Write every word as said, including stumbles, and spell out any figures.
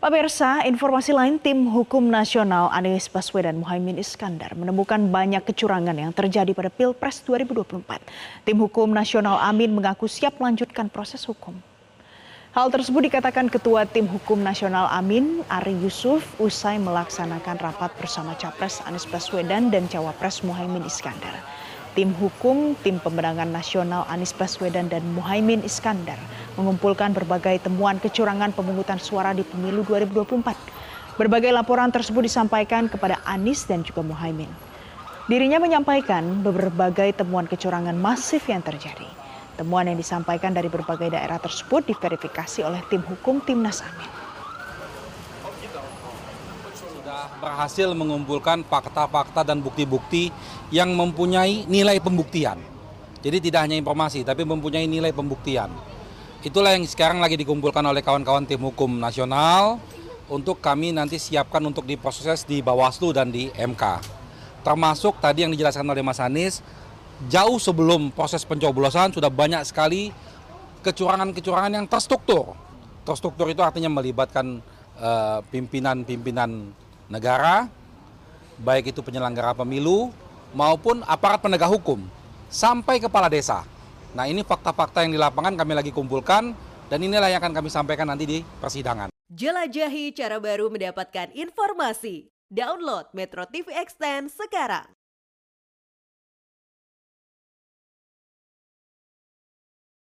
Pak Pemirsa, informasi lain, tim hukum nasional Anies Baswedan Muhaimin Iskandar menemukan banyak kecurangan yang terjadi pada Pilpres dua ribu dua puluh empat. Tim hukum nasional Amin mengaku siap melanjutkan proses hukum. Hal tersebut dikatakan Ketua Tim Hukum Nasional Amin, Ari Yusuf, usai melaksanakan rapat bersama Capres Anies Baswedan dan Cawapres Muhaimin Iskandar. Tim hukum Tim Pemenangan Nasional Anies Baswedan dan Muhaimin Iskandar mengumpulkan berbagai temuan kecurangan pemungutan suara di pemilu dua ribu dua puluh empat. Berbagai laporan tersebut disampaikan kepada Anies dan juga Muhaimin. Dirinya menyampaikan berbagai temuan kecurangan masif yang terjadi. Temuan yang disampaikan dari berbagai daerah tersebut diverifikasi oleh tim hukum Timnas Amin. Sudah berhasil mengumpulkan fakta-fakta dan bukti-bukti yang mempunyai nilai pembuktian. Jadi tidak hanya informasi, tapi mempunyai nilai pembuktian. Itulah yang sekarang lagi dikumpulkan oleh kawan-kawan tim hukum nasional untuk kami nanti siapkan untuk diproses di Bawaslu dan di M K. Termasuk tadi yang dijelaskan oleh Mas Anies, jauh sebelum proses pencoblosan sudah banyak sekali kecurangan-kecurangan yang terstruktur. Terstruktur itu artinya melibatkan uh, pimpinan-pimpinan negara, baik itu penyelenggara pemilu maupun aparat penegak hukum, sampai kepala desa. Nah, ini fakta-fakta yang di lapangan kami lagi kumpulkan dan inilah yang akan kami sampaikan nanti di persidangan. Jelajahi cara baru mendapatkan informasi. Download Metro T V Extend sekarang.